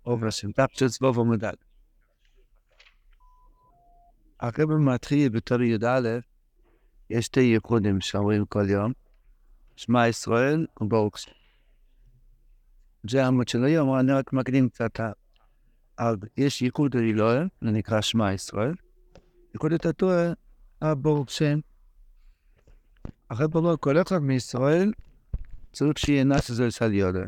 אוב השם, תפשוץ בוב ומדל. הרב מתחיל בתור י"א, יש שתי ייחודים שאומרים כל יום, שמע ישראל וברוך שם. זה העמוד של היום, אני רק מקדים קצת. יש ייחוד אלוהים, זה נקרא שמע ישראל, ייחוד התורה, ברוך שם. הרב אומר, כל אחד מישראל צריך שיהיה נס על יודו.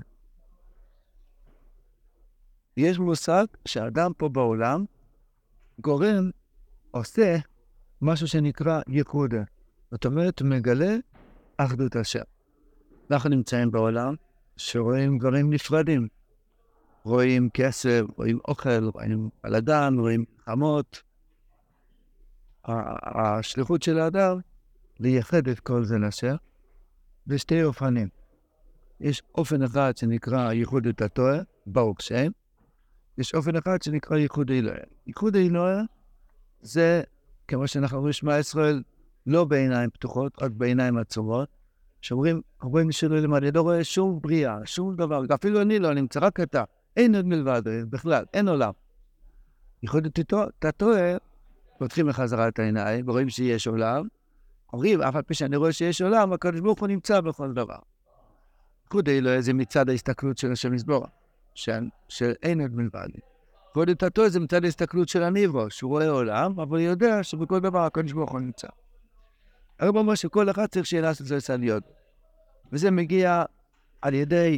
יש מושג שאדם פה בעולם גורם, עושה משהו שנקרא ייחודה. זאת אומרת, הוא מגלה אחדות השם. אנחנו נמצאים בעולם שרואים דברים נפרדים. רואים כסף, רואים אוכל, רואים בלגן, רואים חמות. השליחות של האדם לייחד את כל זה לשם בשתי אופנים. יש אופן אחד שנקרא ייחוד התורה, ברוך שם. יש אופן אחד שנקרא ייחוד אלוהים. ייחוד אלוהים זה, כמו שאנחנו רואים שמע ישראל, לא בעיניים פתוחות, רק בעיניים עצומות, שאומרים, הרבה משלו למד, אני לא רואה שום בריאה, שום דבר, אפילו אני לא נמצא, רק אתה, אין עוד מלבד, בכלל, אין עולם. ייחוד התורה, פותחים בחזרה את העיניים, ורואים שיש עולם, אומרים, אף על פי שאני רואה שיש עולם, הקדוש ברוך הוא נמצא בכל דבר. ייחוד אלוהים זה מצד ההסתכלות של השם יזבורה, שאין עוד מלבד. ייחוד התורה זה מצד ההסתכלות של הניברו, שהוא רואה עולם, אבל יודע שבכל דבר הקדוש ברוך הוא נמצא. הרב אומר שכל אחד צריך שיהיה נס על יודו. וזה מגיע על ידי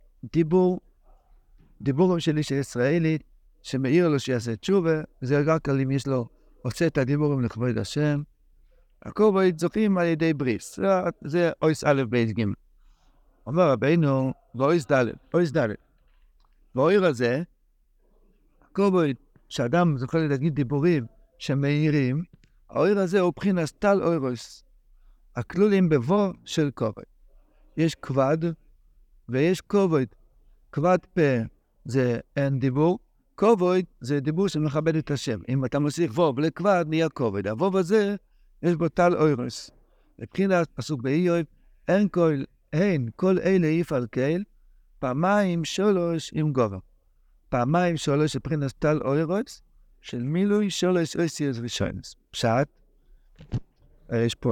דיבורים של איש הישראלי, שמעיר לו שיעשה תשובה, וזה רק על אם יש לו עושה את הדיבורים לכבוד השם. הכל זוכים על ידי בריס. זה אויס א' בייס ג'. אומר רבינו, ואויס ד'. והאויר הזה, הכל שאדם זוכה להגיד דיבורים שמעירים, האויר הזה הוא בחינת טל אוירוס. הכלולים בבוא של כובד. יש כבד ויש כובד. כבד פה זה אין דיבור, כובד זה דיבור שמכבד את השם. אם אתה מוסיף ווב לכבד נהיה כובד. הווב הזה יש בו טל אוירוס. מבחינת פסוק באיוב, אין כל אלה יפעל קהל, פעמיים שלוש עם גובה. פעמיים שלוש מבחינת טל אוירוס, של מילוי שלוש אוסיוס ראשונס. פשט, יש פה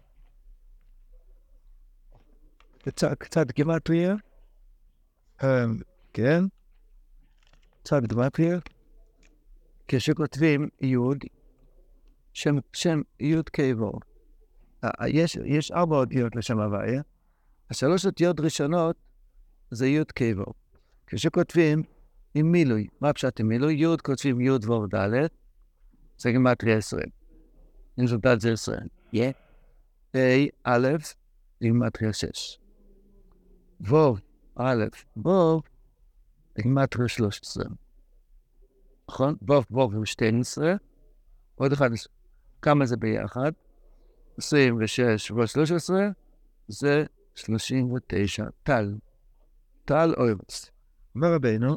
קצת גימטריה, כן, קצת גימטריה, כשכותבים יוד, שם יוד קייבור, יש 4 אותיות לשם הוויה, 3 אותיות ראשונות זה יוד קייבור, כשכותבים עם מילוי, מה פשט עם מילוי? יוד כותבים יוד ווב ד', זה גימטריה 20, אם זאת ד' זה 20, א', גימטריה 6. ווב, א', ווב, גימטריה 13. נכון? ווב הוא 12. עוד אחד, כמה זה ביחד? 26 ועוד 13, זה 39. טל אוירוס. אומר רבינו,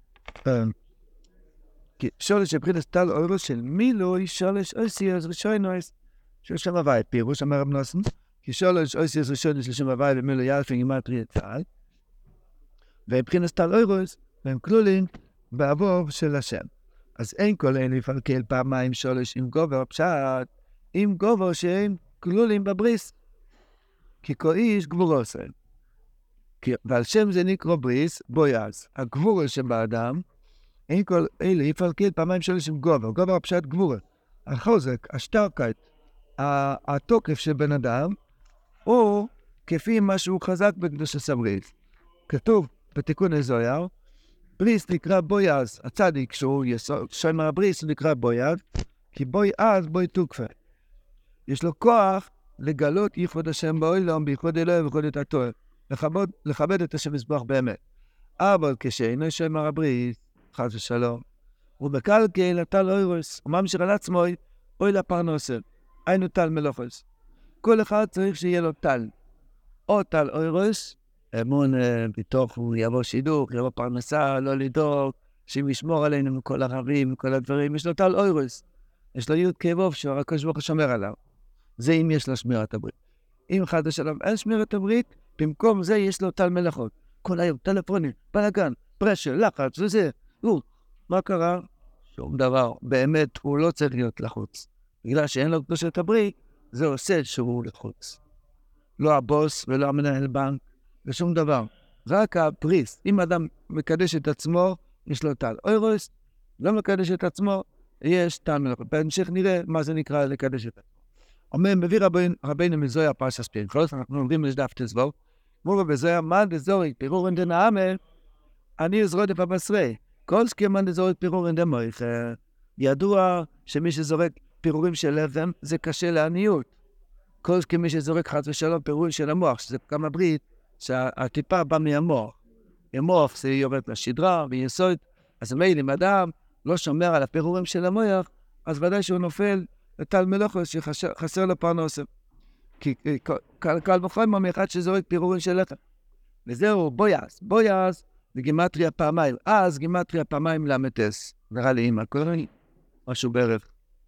שולש מבחינת טל אוירוס של מילוי שולש אוסיוס ראשונוס של שם הוואי. פירוש אמר רב נוסן, כי שולש אוסיוס ראשונוס של שם הוואי ומילוי אלפי גימטריה טל, ומבחינת טל אוירוס והם כלולים בעבור של השם. אז אין כל אלה יפעל קהל פעמיים שולש עם גובר, פשט עם גובר שהם כלולים בבריס. כי כל איש גבורו עושה. ועל שם זה נקרא בריס, בויאז. הגבורה שבאדם, אין כל אלה יפעל קהל פעמיים שולש עם גובר. גובר פשט גבורה. החוזק, השטרקת, התוקף של בן אדם, או כפי מה שהוא חזק בקדושת הבריס. כתוב בתיקון הזוהר, בריס נקרא בויאז, הצדיק שהוא שומר הבריס נקרא בויאז, כי בויאז בוי תוקפה. יש לו כוח לגלות ייחוד השם בעולם, בייחוד אלוהים וייחוד את התורה, לכבד את השם יזבח באמת. אבל כשאינו שומר הבריס, חס ושלום, הוא מקלקל הטל אוירוס, הוא ממשיך על עצמו, אוי לפרנסה, היינו טל מלוכס. כל אחד צריך שיהיה לו טל, או טל אוירוס, אמון בתוך הוא יבוא שידוך, יבוא פרנסה, לא לדאוג, שישמור עלינו מכל הרבים, מכל הדברים. יש לו טל אוירוס, יש לו יוד כאבוב שהקדוש ברוך הוא שומר עליו. זה אם יש לו שמירת הברית. אם חד ושלום אין שמירת הברית, במקום זה יש לו טל מלאכות. כל היום טלפונים, בלגן, פרשר, לחץ וזה. מה קרה? שום דבר. באמת, הוא לא צריך להיות לחוץ. בגלל שאין לו קדושת הברית, זה עושה שהוא לחוץ. לא הבוס ולא המנהל בנק, ושום דבר. רק הפריס. אם אדם מקדש את עצמו, יש לו טל. אוירוס, לא מקדש את עצמו, יש טל מלאכות. בהמשך נראה מה זה נקרא לקדש את עצמו. אומר, מביא רבינו מזויה פרשס פנחס, אנחנו לומדים לדף תזבו, מורה בזויה, מה דזורי, פירורין דנעמל, אני אזרוד בפבשרי. כל סכימן דזורי פירורין דמויך. ידוע שמי שזורק פירורים של לבן, זה קשה לעניות. כל סכימי שזורק חס ושלום פירורים של המוח, שזה גם הברית, שהטיפה בא מהמוח. המוח זה יורד לשדרה ויסוד, אז מילא אם אדם לא שומר על הפירורים של המוח, אז ודאי שהוא נופל לטל מלאכות שחסר לו פרנסה. כי קל וחומר מאחד שזורק פירורים של לחם. וזהו בויאז. בויאז זה גימטריה פעמיים. אז גימטריה פעמיים למטס. נראה לי אמא, קוראים משהו בערך.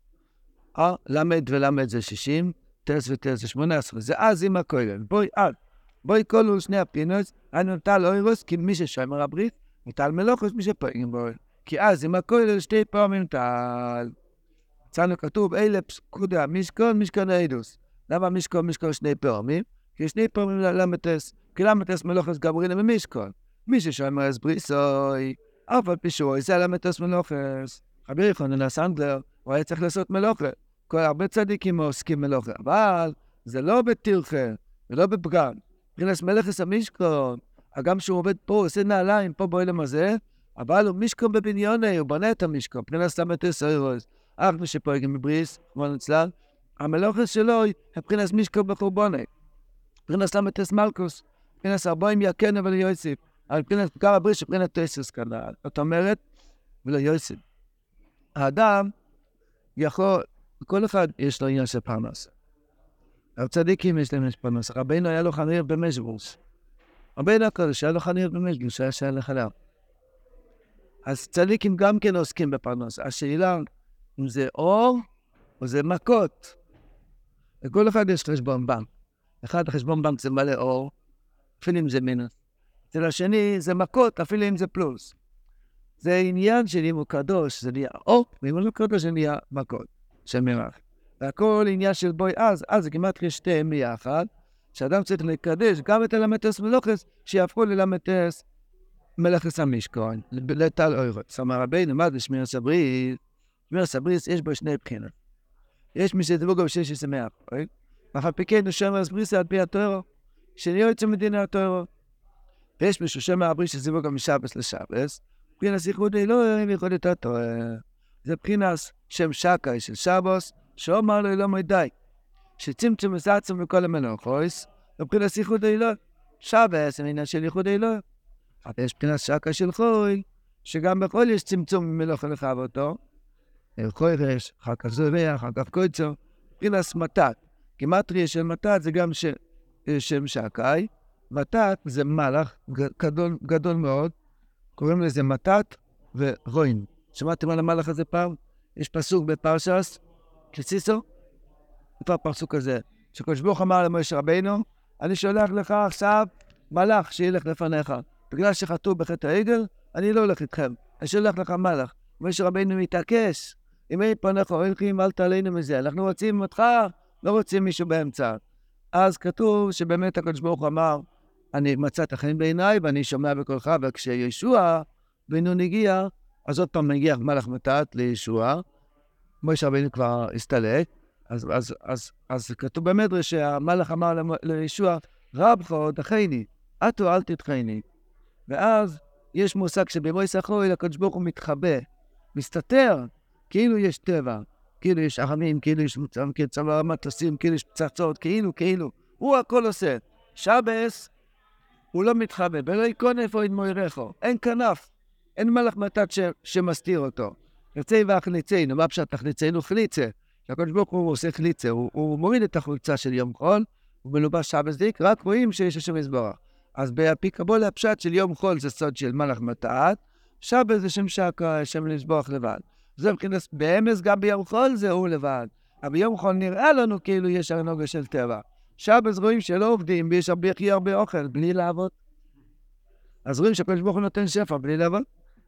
למד ולמד זה 60, טס וטס זה 18. זה אז אמא קוראים. בואי כלול שני הפינוס, אני נטל אוירוס, כי מי ששומר הברית, נטל מלאכות מי שפועלים בו. כי אז אמא קוראים שתי פעמים טל. אצלנו כתוב אלה פקודה, משכון העידוס. למה משכון שני פעמים? כי שני פעמים למטס. כי למטס מלאכות גברינה במשכון. מי ששומר אז בריסוי, אף על פי שהוא עושה למטס מלאכות. חבר יחונן הסנדלר, הוא היה צריך לעשות מלאכות. כל הרבה צדיקים עוסקים מלאכות. אבל זה לא בטרחה, ולא בפגם. מבחינת מלאכת המשכון, הגם שהוא עובד פה, עושה נעליים פה בעולם הזה, אבל הוא משכון בבניוני, הוא בונה את המשכון. מבחינת למטס אוירוס. אף מי שפועלים בבריס, כמו נצלן, המלאכת שלו היא מבחינת משכון בחורבוני. מבחינת למטס מלכוס, מבחינת 40 יקן אבל יוסיף. אבל מבחינת גם הבריס, מבחינת תסס כנעל. זאת אומרת, ולא יוסיף. האדם יכול, כל אחד יש לו עניין של פרנס. הצדיקים יש להם פרנס. רבינו היה לו חניר במשבוס. רבינו הקודש היה לו חניר במשבוס, היה שייך לחלם. אז צדיקים גם כן עוסקים בפרנס. השאלה, אם זה אור או זה מכות. לכל אחד יש חשבון בנק. אחד החשבון בנק זה מלא אור, אפילו אם זה מינוס. אצל השני זה מכות, אפילו אם זה פלוס. זה עניין של אם הוא קדוש, זה נהיה אור, ואם הוא לא קדוש, זה נהיה מכות, של מרח. והכל עניין של בוי אז כמעט כשתיהם ביחד, שאדם צריך לקדש גם את הלמטס מלאכס, שיהפכו ללמטס מלאכס המשכון, לטל אוירוס. אמר רבינו, מה זה שמירת הבריס? שמירת הבריס יש בו שני בחינות. יש מי שדבוק בו שיש שמח, ואף על פי כן הוא שומר הבריס על פי התורה, שנהיה יוצא מדיני התורה. ויש מישהו שומר הבריס שדבוק משבס לשבס, מבחינת ייחוד אלוהים וייחוד את התורה. זה מבחינת שם שקאי של שבוס, שאומר לו לא מדי, שצמצום וסעצום וכל המלאכוס, מבחינת ייחוד אלוהים. שבס זה עניין של ייחוד אלוהים. אבל יש מבחינת שקאי של חול, שגם בכל יש צמצום ממלאכה לחב אותו, חורש, אחר כך זורח, אחר כך קוצו, מבחינת מתת. גימטריה של מתת זה גם שם שקאי, מתת זה מלאך גדול מאוד, קוראים לזה מתת ורוין. שמעתם על המלאך הזה פעם? יש פסוק בפרשס, קציסו, כבר פסוק כזה, שקדוש ברוך אמר למשה רבינו, אני שולח לך עכשיו מלאך שילך לפניך. בגלל שחטאו בחטא העגל, אני לא הולך איתכם, אני שולח לך מלאך. משה רבינו מתעקש, אם אין פניך הולכים, אל תעלינו מזה, אנחנו רוצים אותך, לא רוצים מישהו באמצע. אז כתוב שבאמת הקדוש ברוך הוא אמר, אני מצאת חן בעיניי ואני שומע בקולך, וכשישוע בן-נון הגיע, אז עוד פעם מגיע מלאך מתת לישוע, משה רבינו כבר הסתלק, אז כתוב במדרש שהמלאך אמר לישוע, רבך דחייני, אתו אל תדחייני. ואז יש מושג שבמויס אחרוי לקדוש ברוך הוא מתחבא, מסתתר, כאילו יש טבע, כאילו יש ערמים, כאילו יש צבא מטוסים, כאילו יש פצצות, כאילו, הוא הכל עושה. שבס, הוא לא מתחבא, ולא יקון איפה ידמוירךו, אין כנף, אין מלאך מתת שמסתיר אותו. יוצא והחליצנו, מה פשט תחליצנו? חליצה. שהקדוש ברוך הוא עושה חליצה, הוא מוריד את החולצה של יום חול, הוא מלובש שבס דיק, רק רואים שיש השם יזברך. אז בפי קבולה הפשט של יום חול זה סוד של מלאך מתת, שבס זה שם שקה, שם יזברך לבד. זה מבחינת באמס גם ביום חול זה הוא לבד. אבל ביום חול נראה לנו כאילו יש הנוגה של טבע. שבס רואים שלא עובדים, ויש הרבה אוכל, בלי לעבוד. אז רואים שהקדוש ברוך הוא נותן שפע בלי לעבוד.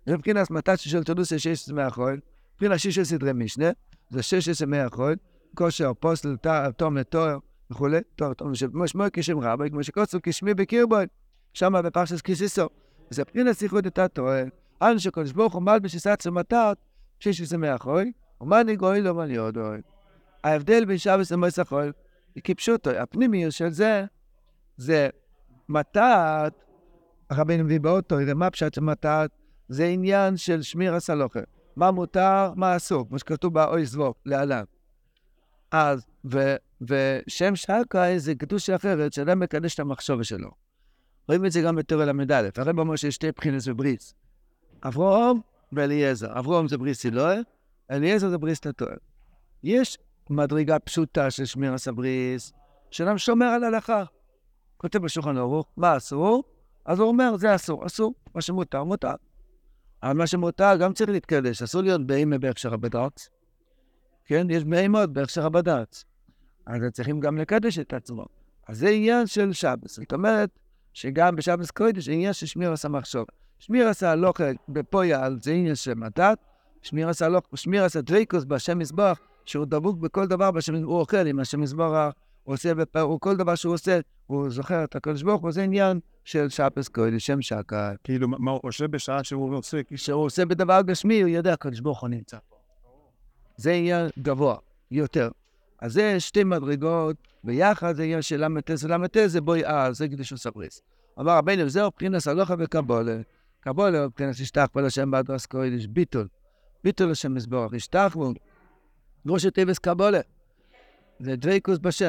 זה מבחינת מתת ששלטונוס זה 16 מהחול, מבחינת 16 סדרי משנה, זה 16 מהחול, כושר, פוסל, תום לתואר וכולי, תואר, תום משמעו כשם רבי, כמו שקוצו כשמי בקרבוי, שמה בפרשס כסיסו. זה מבחינת שיחות את התואר, אנו שקודש ברוך הוא מלבש יסעצו מתת, 16 מהחול, ומני גוי לא מני יודוי. ההבדל בין שבס ומועצת החול, כפשוטו, הפנימיות של זה מתת, הרבינו מביא באותו, מה פשט של מתת? זה עניין של שמיר הסלוכה. מה מותר, מה אסור, כמו שכתוב באוי זבוק, להלן. אז, ושם שקאי זה קדוש אחרת, שאדם מקדש את המחשבה שלו. רואים את זה גם בתורה למד-א', הרב אומר שיש שתי בחינס ובריס. אברהם ואליעזר. אברהם זה בריס אלוהי, אליעזר זה בריס לתורה. יש מדרגה פשוטה של שמיר הסבריס, שאדם שומר על הלכה. כותב בשולחן ערוך, מה אסור? אז הוא אומר, זה אסור, אסור. מה שמותר, מותר. אבל מה שמותר גם צריך להתקדש. אסור להיות בהימה בהכשר הבד"ץ. כן, יש בהימות בהכשר הבד"ץ. אז צריכים גם לקדש את עצמו. אז זה עניין של שבס. זאת אומרת, שגם בשבס קודש, עניין של שמיר עשה מחשוב. שמיר עשה הלוכה בפויאל, זה עניין של מתת. שמיר עשה דריקוס בשם מזבח, שהוא דבוק בכל דבר, הוא אוכל עם השם מזבח, הוא כל דבר שהוא עושה, הוא זוכר את הקודש ברוך הוא, זה עניין של שבס קודש, שם שקה. כאילו, מה הוא עושה בשעה שהוא עושה? שהוא עושה בדבר גשמי, הוא יודע, הקודש ברוך הוא נמצא פה. זה עניין גבוה, יותר. אז זה שתי מדרגות, ביחד זה עניין של למתס, ולמתס זה בוי זה קדוש סבריס. אמר רבינו, זהו מבחינת הלוכה וקבולה. קבולה, מבחינת השתח פה לשם בהדרס קודש, ביטול. ביטול לשם מזבח, השתח בו. ראש הטבס קבולה. זה דריקוס בשם.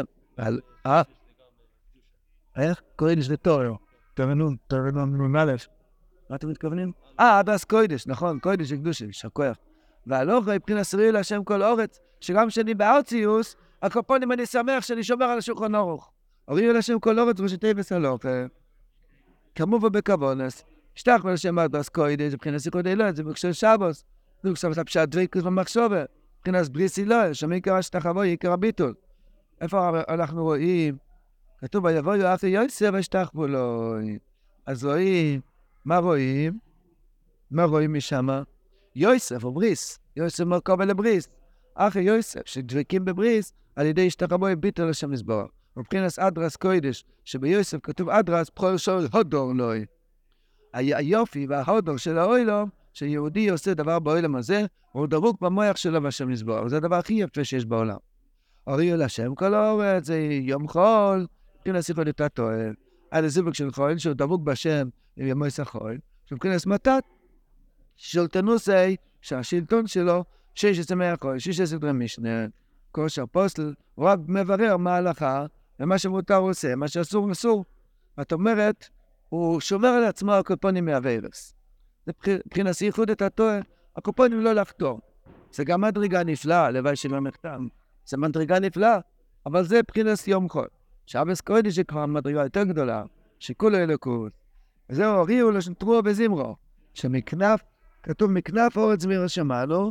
איך? קודש לתורו. תרנון א'. מה אתם מתכוונים? הדרס קודש, נכון, קודש הקדושים, שקוях. והלוכה מבחינת שרי להשם כל אורץ, שגם שאני בארציוס, הקופונים אני שמח שאני שומר על השולחן ערוך. הוריעו להשם כל אורץ ראשי טייבס הלוכה. כמובן בקבונס, השתח ולשם הדרס קודש, מבחינת סיכות אלוהים, זה בקשר שבוס. זה בקשר פשט דריקוס במחשובה. מבחינת בריס אלוהים, שמי קרא שתחבו יקר הביטול. איפה אנחנו רואים? כתוב, ויבואו אחי יוסף ושתחבו לו. אז רואים, מה רואים? מה רואים משם? יוסף או בריס, יוסף מרכוב אל הבריס. אחי יוסף שדבקים בבריס על ידי השתחבו ביטול לשם מזבח. מבחינת אדרס קודש, שביוסף כתוב אדרס פחול של הודור לוי. היופי וההודור של האוילום, שיהודי עושה דבר באוילום הזה, הוא דבוק במוח שלו בשם מזבח. זה הדבר הכי יפה שיש בעולם. הוריעו להשם כל האורץ, זה יום חול, מבחינת שיחות את התואר. על הזיווג של חול, שהוא דבוק בשם ימי סחול, מבחינת מתת, שלטונוסי, שהשלטון שלו, 16 מהחול, 16 משנה, כושר פוסל, הוא רק מברר מה ההלכה, ומה שמותר הוא עושה, מה שאסור אסור. זאת אומרת, הוא שומר על עצמו הקופונים מהווירס. זה מבחינת ייחוד את התואר, הקופונים לא לחתור. זה גם מדרגה נפלאה, לוואי שלא נחתם. זה מדרגה נפלאה, אבל זה מבחינת יום חול. שבס קודש זה כבר מדרגה יותר גדולה, שכולו אלוקות. וזהו, הוריעו לו שתרוע בזמרו, שמכנף, כתוב מכנף אורץ זמיר שמענו,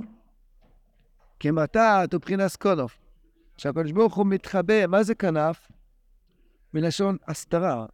כמתת ובחינת סקונוף. שהקדוש ברוך הוא מתחבא, מה זה כנף? מלשון הסתרה.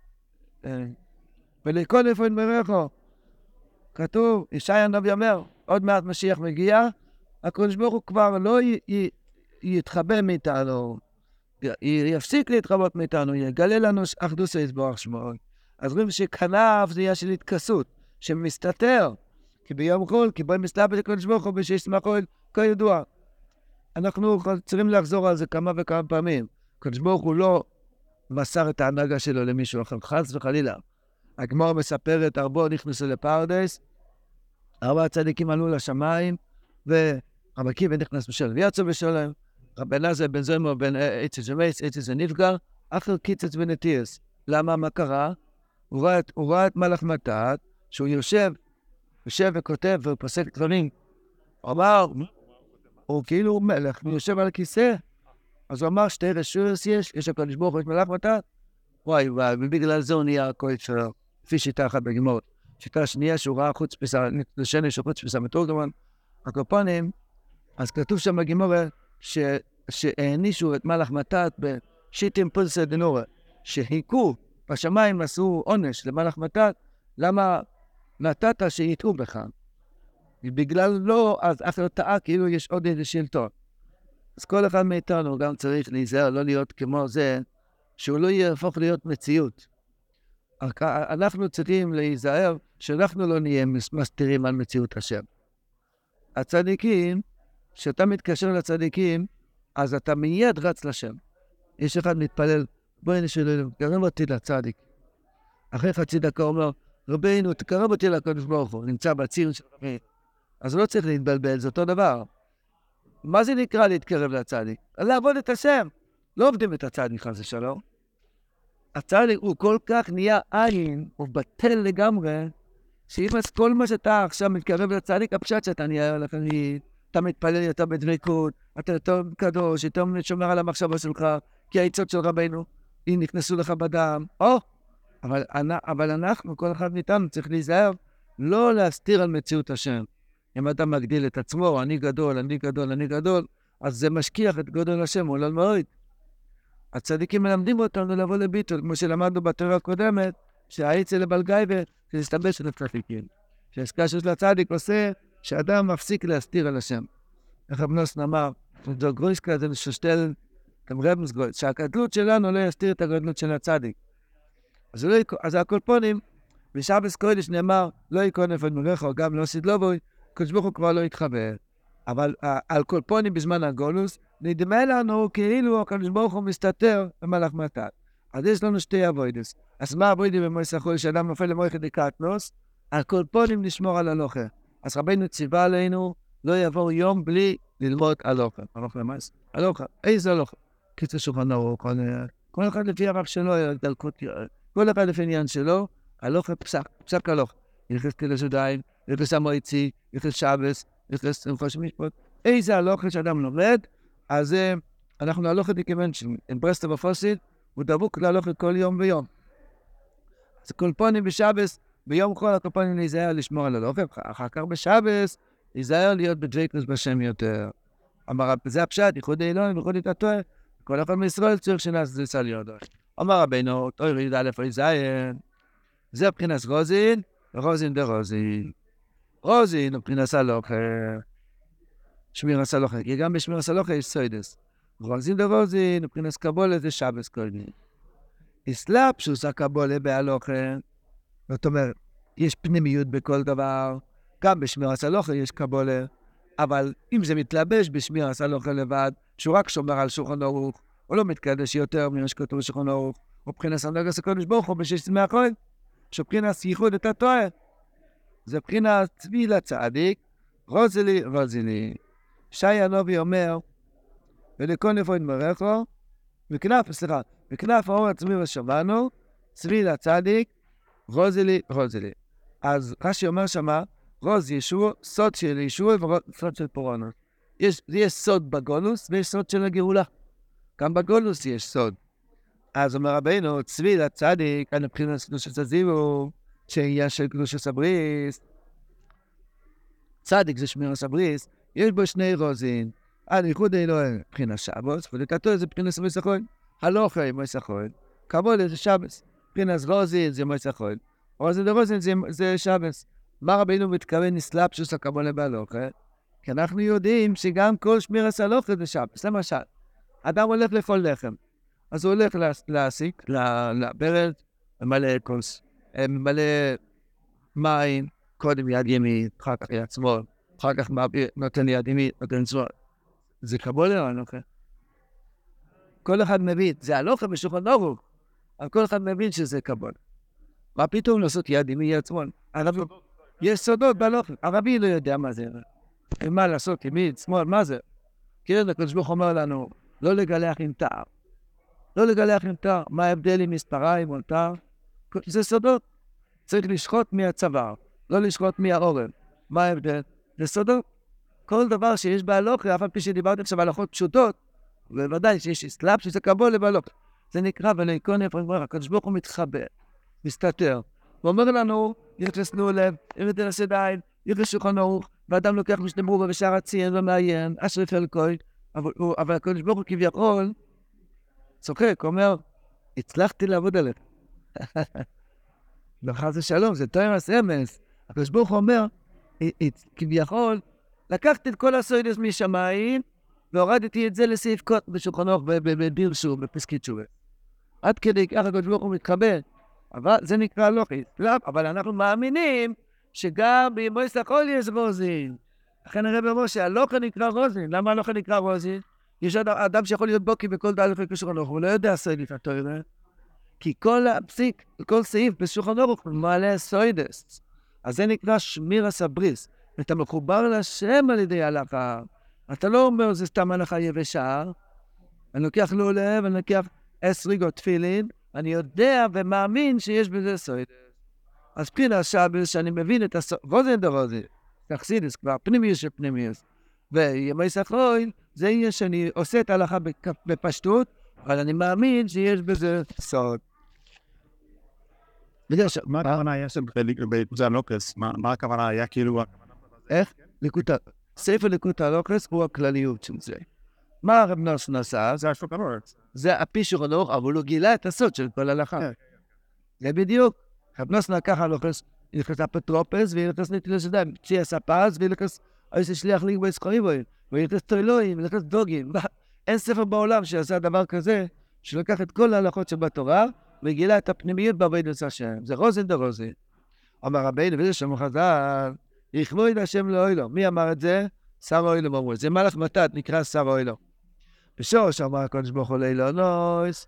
ולכל איפה נמרחו. כתוב, ישעיה הנביא אומר, עוד מעט משיח מגיע, הקדוש ברוך הוא כבר לא יתחבא מאיתנו, יפסיק להתחבות מאיתנו, יגלה לנו אחדות יתברך שמו. אז רואים שכנף זה יהיה של התכסות, שמסתתר, כי ביום חול, כי בואי מסתבר לקדוש ברוך הוא בשיש מחול, כידוע. אנחנו צריכים לחזור על זה כמה וכמה פעמים. הקדוש ברוך הוא לא מסר את ההנהגה שלו למישהו אחר, חס וחלילה. הגמרא מספרת, ארבעה נכנסו לפרדס, 4 צדיקים עלו לשמיים, ורבי עקיבא נכנס בשלום ויצא בשלום, רבי אלעזר בן זמר בן עצת ומייס, עצת ונפגע, אחר קיצץ ונטיאס. למה? מה קרה? הוא ראה את מלאך מתת, שהוא יושב וכותב ופוסק דברים. הוא אמר, הוא כאילו מלך, הוא יושב על הכיסא. אז הוא אמר, שתי רשויות יש הקדוש ברוך הוא, יש מלאך מתת. וואי, ובגלל זה הוא נהיה כהן שלו, לפי שיטה אחת בגמרות. שיטה שנייה שהוא ראה חוץ פסה, לשני שחוץ פסה מתורגמן, הקופונים, אז כתוב שם בגמורה, שהענישו את מלאך מתת בשיטים פולסא דנורא, שהיכו בשמיים עשו עונש למלאך מתת, למה נתת שיתעו בך? בגלל לא, אז אף אחד טעה, כאילו יש עוד איזה שלטון. אז כל אחד מאיתנו גם צריך להיזהר, לא להיות כמו זה, שהוא לא יהפוך להיות מציאות. אנחנו צריכים להיזהר שאנחנו לא נהיה מסתירים על מציאות השם. הצדיקים, כשאתה מתקשר לצדיקים, אז אתה מיד רץ לשם. יש אחד מתפלל, בואי נשאל, תקרב אותי לצדיק. אחרי חצי דקה אומר, רבינו, תקרב אותי לקדוש ברוך הוא, נמצא בציר של רבי. אז לא צריך להתבלבל, זה אותו דבר. מה זה נקרא להתקרב לצדיק? לעבוד את השם. לא עובדים את הצדיק, חס ושלום. הצדיק הוא כל כך נהיה עין, הוא בטל לגמרי, שאם כל מה שאתה עכשיו מתקרב לצדיק, הפשט שאתה נהיה לחנית, אתה מתפלל יותר בדבקות, אתה יותר קדוש, יותר שומר על המחשבה שלך, כי העצות של רבינו, אם נכנסו לך בדם, אבל אנחנו, כל אחד מאיתנו צריך להיזהר, לא להסתיר על מציאות השם. אם אתה מגדיל את עצמו, אני גדול, אני גדול, אני גדול, אז זה משכיח את גודל השם, הוא לא מאוד. הצדיקים מלמדים אותנו לבוא לביטול, כמו שלמדנו בתורה הקודמת, שהעצה לבלגייבה, זה להסתבש את הצדיקים. שהסקשה של הצדיק עושה שאדם מפסיק להסתיר על השם. איך רב נוסן אמר, דוגרויסקה זה לשושטל, שהגדלות שלנו לא יסתיר את הגדלות של הצדיק. אז הקולפונים, בשבס קודש נאמר, לא יקון איפה מלך, או גם לא סדלובוי, קדוש ברוך הוא כבר לא יתחבר. אבל על קולפונים בזמן הגולוס, נדמה לנו כאילו הקדוש ברוך הוא מסתתר במלאך מתת. אז יש לנו שתי אבוידס. אז מה אבוידים במועצת החול שאדם נופל למועצת דקטנוס? על קולפונים נשמור על הלוכה. אז רבינו ציווה עלינו, לא יעבור יום בלי ללמוד הלוכה. הלוכה, איזה הלוכה? קיצור שולחן ערוך, כל אחד לפי הרב שלו, כל אחד לפי עניין שלו, הלוכה פסק הלוכה. ילכס כלשודיים, ילכס המועצי, ילכס שבס, ילכס שמחוש משפט. איזה הלוכה שאדם לומד, אז אנחנו הלוכה דיקמנט של ברסלב הפוסית, הוא דבוק להלוכה כל יום ויום. אז קולפונים בשבס, ביום כל הקולפונים להיזהר לשמור על הלוכה, אחר כך בשבס, להיזהר להיות בדבקות בשם יותר. אמר, זה הפשט, ייחוד אלוהים, ייחוד את התואר, כל אחד מישראל צריך שנעשה זה להיות. אמר רבינו, תואר ידע לפי זיין, זה מבחינת רוזין, ורוזין דרוזין. רוזין מבחינת הלוכה, שמיר הסלוכה, כי גם בשמיר הסלוכה יש סוידס. רוזין דרוזין, מבחינת קבולה זה שבס קודמי. אסלאפשוס הקבולה בהלוכה, זאת אומרת, יש פנימיות בכל דבר, גם בשמיר הסלוכה יש קבולה, אבל אם זה מתלבש בשמיר הסלוכה לבד, שהוא רק שומר על שולחן ערוך, הוא לא מתקדש יותר ממה שכתוב בשולחן ערוך, הוא מבחינת הנהגת הקדוש ברוך הוא בששת ימי החול, שבחינת ייחוד את התואר. זה מבחינת צבי לצדיק, רוזילי, רוזילי. שי הנובי אומר, ולכל נפוין מרחו, וכנף האור עצמי ושבנו, צבי לצדיק, רוזילי, רוזילי. אז רש"י אומר שמה, רוז ישוע, סוד של ישוע וסוד של פורענות. יש סוד בגולוס ויש סוד של הגאולה. גם בגולוס יש סוד. אז אומר רבינו, צבי לצדיק, אני מבחינת קדושת הזיווג, שיהיה של קדושת הבריס. צדיק זה שמיר הסבריס, יש בו שני רוזין. ייחוד אלוהים מבחינת שבוס, ודקתו זה מבחינת מועצת החול. הלוכה היא מועצת החול. קבולה זה שבס. מבחינת רוזין זה מועצת החול. רוזין דרוזין זה שבס. מה רבינו מתכוון אסלאפשוס הקבולה בהלוכה? כי אנחנו יודעים שגם כל שמירת הלוכה זה שבס. למשל, אדם הולך לאכול לחם. אז הוא הולך להסיק, לברד, ממלא כוס, ממלא מים, קודם יד ימין, אחר כך יד שמאל, אחר כך נותן יד ימין, נותן שמאל. זה קבולה או הלוכה? כל אחד מבין, זה הלוכה בשולחן ערוך, אבל כל אחד מבין שזה קבולה. מה פתאום לעשות יד ימין, יד שמאל? יש סודות בהלוכה, הרבי לא יודע מה זה. מה לעשות ימין, שמאל, מה זה? כן, הקדוש ברוך הוא אומר לנו, לא לגלח עם תער. לא לגלח עם תער. מה ההבדל עם מספריים או תער? זה סודות. צריך לשחוט מהצוואר, לא לשחוט מהעורב. מה ההבדל? זה סודות. כל דבר שיש בהלוכה, אף על פי שדיברתי עכשיו על הלכות פשוטות, ובוודאי שיש אסלאפ שזה קבולה בהלוכה. זה נקרא ולעיקון איפה, הקדוש ברוך הוא מתחבא, מסתתר. הוא אומר לנו, יחסנו לב, ירדת לסדיים, יחס שולחן ערוך, ואדם לוקח משנה ברורה ושער הציין ומעיין, אשרי חלקוי, אבל הקדוש ברוך הוא כביכול, צוחק, אומר, הצלחתי לעבוד עליך. וחס ושלום, זה תואר הסמס. הקדוש ברוך הוא אומר, כביכול, לקחתי את כל הסוידס משמיים, והורדתי את זה לסעיף קוט בשולחן ערוך בדיר שוב, בפסקית שוב. עד כדי ככה הקדוש ברוך הוא מתקבל. אבל זה נקרא לוחית. לא, אבל אנחנו מאמינים שגם במועצת החול יש רוזין. לכן הרב אומר שהלוחה נקרא רוזין. למה הלוחה נקרא רוזין? יש אדם שיכול להיות בוקי בכל דלת בשולחן ערוך, הוא לא יודע סוידס התורה. כי כל הפסיק, כל סעיף בשולחן ערוך מעלה סוידס. אז זה נקרא שמירס הבריס. אתה מחובר לשם על ידי הלכה. אתה לא אומר זה סתם הלכה יבשה. אני לוקח לולב, אני לוקח 10 ריגות תפילין, אני יודע ומאמין שיש בזה סוידס. אז פרינה שבס שאני מבין את רוזין דרוזין, תחסידס כבר, פנימיוס של פנימיוס. וימי סחרוין, זה יהיה שאני עושה את ההלכה בפשטות, אבל אני מאמין שיש בזה סוד. מה הכוונה היה שם בזה הלוקס? מה הכוונה היה כאילו... איך? ספר ליקוט הלוקס הוא הכלליות של זה. מה הרב נוסן עשה? זה השוק הנור. זה הפישור הנור, אבל הוא גילה את הסוד של כל הלכה. זה בדיוק. הרב נוסן לקח הלוקס, ילכס אפוטרופוס, וילכס נטילוס ידיים, צ'י הספס, וילכס איזה שליח ליג בישחורים בהם, וילכס טוילואים, וילכס דוגים. אין ספר בעולם שעשה דבר כזה, שלקח את כל ההלכות שבתורה, וגילה את הפנימיות בעבודת השם. זה רוזין דרוזין. אמר רבינו, וזה שם חז"ל, יכבוד השם לאוילו. מי אמר את זה? שר אוילו אמרו. זה מלאך מתת, נקרא שר אוילו. בשורש אמר הקדוש ברוך הוא לאילונוס,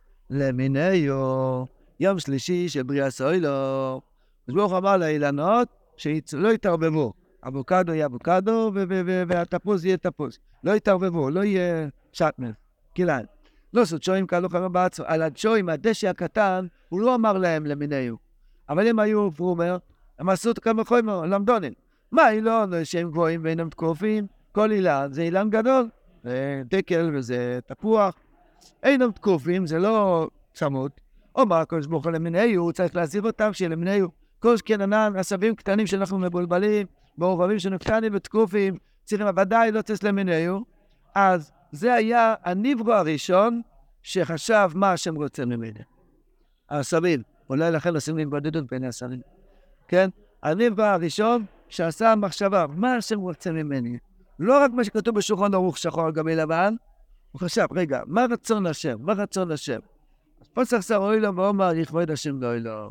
למיניו, יום שלישי של בריאת אוילו. הקדוש ברוך הוא אמר לאילנות, שלא יתערבבו. אבוקדו יהיה אבוקדו, והתפוז יהיה תפוז. לא יתערבבו, לא יהיה שטנס, קילן. לא סוצ'ויים כאלו חבר בעצו, על הדשויים, הדשא הקטן, הוא לא אמר להם למיניו. אבל הם היו פרומר, הם עשו את כמה חומר, למדונים. מה אילון שהם גבוהים ואינם תקופים? כל אילן זה אילן גדול, זה דקל וזה תפוח. אינם תקופים, זה לא צמוד. אומר הקדוש ברוך הוא למיניו, הוא צריך להזהיר אותם שיהיה למיניו. כל שכן ענן, עשבים קטנים שאנחנו מבולבלים, מעורבבים שאנחנו קטנים ותקופים, צריכים ודאי לא צריך למיניו. אז זה היה הנברו הראשון שחשב מה השם רוצה ממנו. העשבים, אולי לכן עושים להתבודדות בין העשבים. כן? הנברו הראשון שעשה מחשבה, מה השם רוצה ממני? לא רק מה שכתוב בשולחן ערוך שחור על גבי לבן, הוא חשב, רגע, מה רצון השם? מה רצון השם? אז פה צריך שר אוילו ואומר, יכבוד השם לאוילו.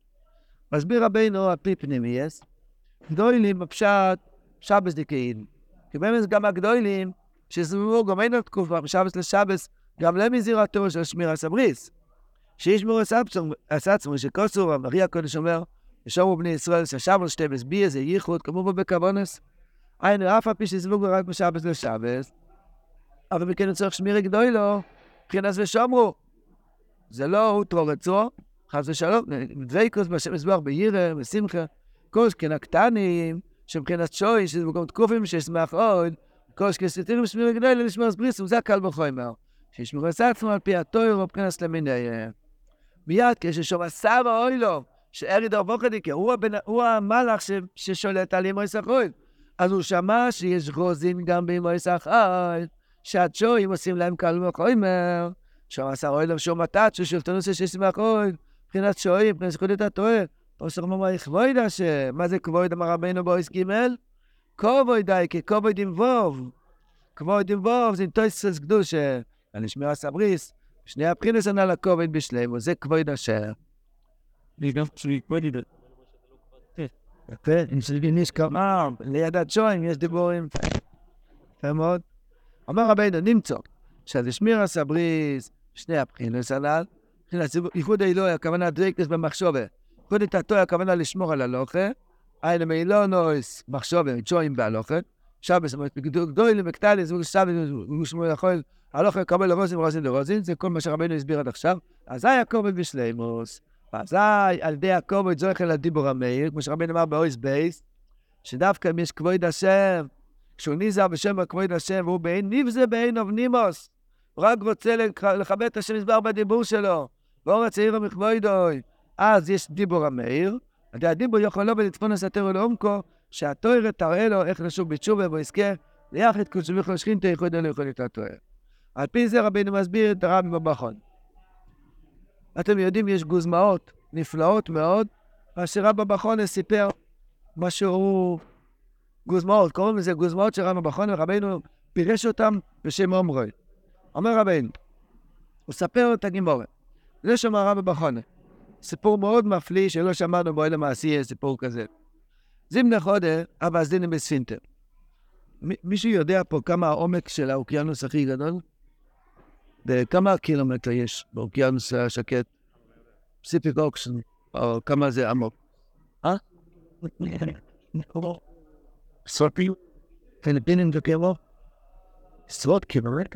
מסביר רבינו על פי פנימייס, גדולים בפשט שבס דקאין. כי באמת גם הגדולים, שסביבו גם אין תקופה, משבס לשבס, גם להם מזירתו של שמירס הבריס. שישמור עצמו, שכוסו, המרי הקודש אומר, ישורו בני ישראל, ששבו לשתבס בי, איזה ייחוד, כמו בקבונס. אין אף הפי שסביבו רק משבס לשבס, אבל מכן צריך שמירי גדולו, מבחינת ושומרו. זה לא הותרו רצו, חס ושלום, דוויקוס בשם יזבח בירא, בשמחה, כל שכן הקטנים, שמבחינת שוי, שזה מקום תקופים שישמח עוד, כל שכן סתירים שמירי גדולו לשמור סבריסו, זה הקל בחומר. שישמור עצמו על פי התוירו, מבחינת למיניהם. מיד כששומע סבא אוי לו, שארי דרבוקדיקה, הוא המלאך ששולט על אימו ישחוי. אז הוא שמע שיש רוזין גם באימו ישחוי, שהצ'ויים עושים להם קל בחומר. שומע סבא אוי לו שומע תת, ששולטנו ששישמח עוד, מבחינת שויים, מבחינת זכות את התואר. פוסר ממה יכבוד השם, מה זה כבוד אמר רבינו בויס גימל? כבוד דייקה, כבוד עם ווב. כבוד עם ווב, זה תויסס קדושה. אני שמיר הסבריס. שני הבחינס ענה לכובד בשלם, וזה כבוד השם. אני גם חושב כבוד את זה. יפה, אם יש כמה, ליד הצ'ויים יש דיבורים. יפה מאוד. אמר רבינו, נמצא, שזה שמיר הסבריס, שני הבחינס ענה, ייחוד האלוהי, הכוונה דריקנס במחשובה. ייחוד את התואר, הכוונה לשמור על הלוכה, היינו מאילונויס, מחשובה, צ'ויים בהלוכה, שבס, גדולים וקטלים, זה שבס, הוא שמור יכול, הלוכה יקבל לרוזין ורוזין לרוזין, זה כל מה שרבינו הסביר עד עכשיו. אז היה כובד בשלימוס, אז על ידי הכובד זוכר לדיבור המאיר, כמו שרבינו אמר באויס בייס, שדווקא אם יש כבוד השם, כשהוא ניזהר בשם הכבוד השם, והוא בעין נבזה בעין אבנימוס, הוא רק רוצה לכבד את השם מסבר בדיבור שלו, ואור הצעיר המכבודוי, אז יש דיבור המאיר, הדיבור יכול לו ולתפון הסתר לעומקו, שהתואר תראה לו איך לשוב בתשובה בו יזכה, ליחד קודשו בכלל שכינתו ייחוד אלו יכול את התואר. על פי זה רבינו מסביר את הרבי בבחון. אתם יודעים, יש גוזמאות נפלאות מאוד, אשר רבי בבחון סיפר משהו גוזמאות, קוראים לזה גוזמאות של רמב"ם בחונה, רבינו פירש אותם בשם אומרוי. אומר רבינו, הוא ספר את הגימורה. זה שם הרמב"ם בחונה. סיפור מאוד מפליא שלא שמענו בו אלא מעשי, סיפור כזה. זימנה חודה, אבא הסדינים בספינטר. מישהו יודע פה כמה העומק של האוקיינוס הכי גדול? וכמה קילומטר יש באוקיינוס השקט? פסיפיק אוקשן, או כמה זה עמוק? סופי? פיליפינים וכאילו? עשרות קילומטר?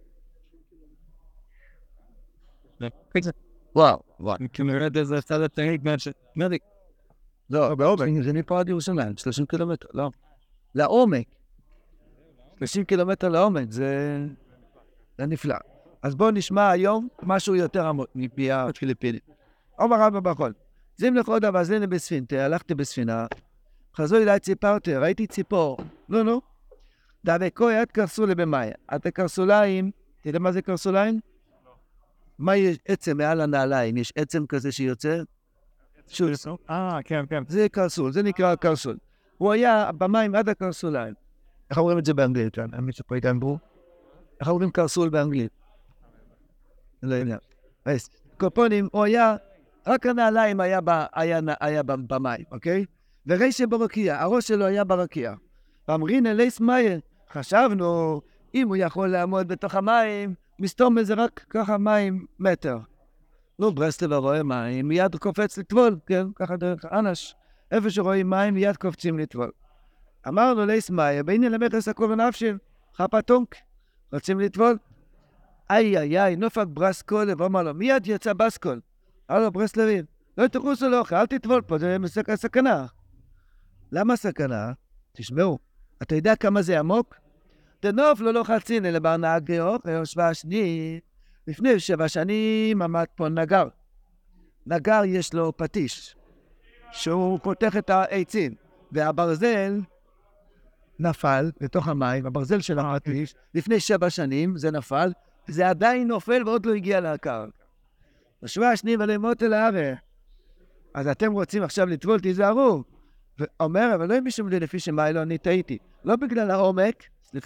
וואו. כנראה זה צד התנהיג מהשמדיק. לא, בעומק. זה מפה עד ירושלים, 30 קילומטר, לא. לעומק. 30 קילומטר לעומק, זה נפלא. אז בואו נשמע היום משהו יותר עמוק מפי הפיליפינים. אומר רמב"ם בחונה. זימנה חודה ואזליני בספינתר, הלכתי בספינה, חזרו אליי ציפרתי, ראיתי ציפור. נו. דאבקוי עד קרסולי במאי. עד הקרסוליים, אתה יודע מה זה קרסוליים? מה יש עצם מעל הנעליים? יש עצם כזה שיוצא? כן. זה קרסול, זה נקרא קרסול. הוא היה במים עד הקרסוליים. איך אומרים את זה באנגלית? אני מצפה איתן בו. איך אומרים קרסול באנגלית? לא יודע. קופונים, הוא היה, רק הנעליים היה במים, אוקיי? ורישה ברקיע, הראש שלו היה ברקיע. ואמרין אליס מאיה, חשבנו, אם הוא יכול לעמוד בתוך המים, מסתום איזה רק ככה מים מטר. לא, ברסלב רואה מים, מיד קופץ לטבול, כן? ככה דרך אנש. איפה שרואים מים, מיד קופצים לטבול. אמרנו אליס מאיה, ביני למכס הכל ונפשל, חפתונק, רוצים לטבול? איי, נופק ברסקול, ואומר לו, מיד יצא בסקול. הלו, ברסלבים, לא תחוסו לו, אל תטבול פה, זה סכנה. למה סכנה? תשמעו, אתה יודע כמה זה עמוק? דנוף לא חצין, אלא ברנהג יושבה השני. לפני 7 שנים עמד פה נגר. נגר יש לו פטיש, שהוא פותח את העצים, והברזל נפל לתוך המים, הברזל של הפטיש, לפני 7 שנים זה נפל, זה עדיין נופל ועוד לא הגיע לקרקע. יושבה השני ולמות אל הארץ. אז אתם רוצים עכשיו לטבול, תיזהרו. ואומר, אבל לא משום לפי שמיילו, אני טעיתי. לא בגלל העומק,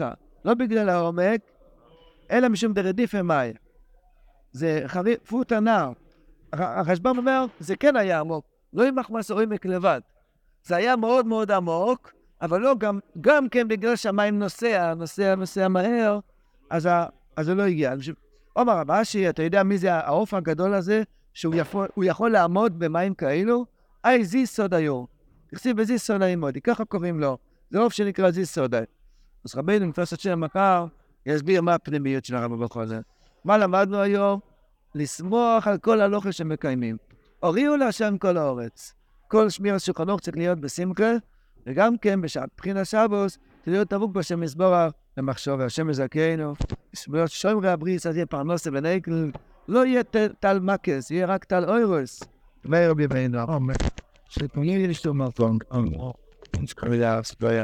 אלא משום דרדיף המאי. זה חריפות הנער. הרשב"ם אומר, זה כן היה עמוק. לא עם מחמס או עמק לבד. זה היה מאוד מאוד עמוק, אבל לא גם כן בגלל שהמים נוסע מהר, אז זה לא הגיע. אומר רבשי, אתה יודע מי זה העוף הגדול הזה, שהוא יכול לעמוד במים כאלו? זי סוד היום. תכסיב בזי סוד הימודי, ככה קוראים לו. זה עוף שנקרא זי סוד. אז רבינו נתפס את שם המקר, יסביר מה הפנימיות של הרב בחונה. מה למדנו היום? לסמוך על כל הלוכה שמקיימים. הוריעו להשם כל האורץ. כל שמיר השולחנות צריך להיות בשמחה, וגם כן בשעת בחינת שבוס, צריך להיות דבוק בשם מזבורך למחשוב, והשם מזכנו. בשבילות שומרי הבריס, אז יהיה פרנסה ונקל, לא יהיה טל מקס, יהיה רק טל אוירוס. May be very normal.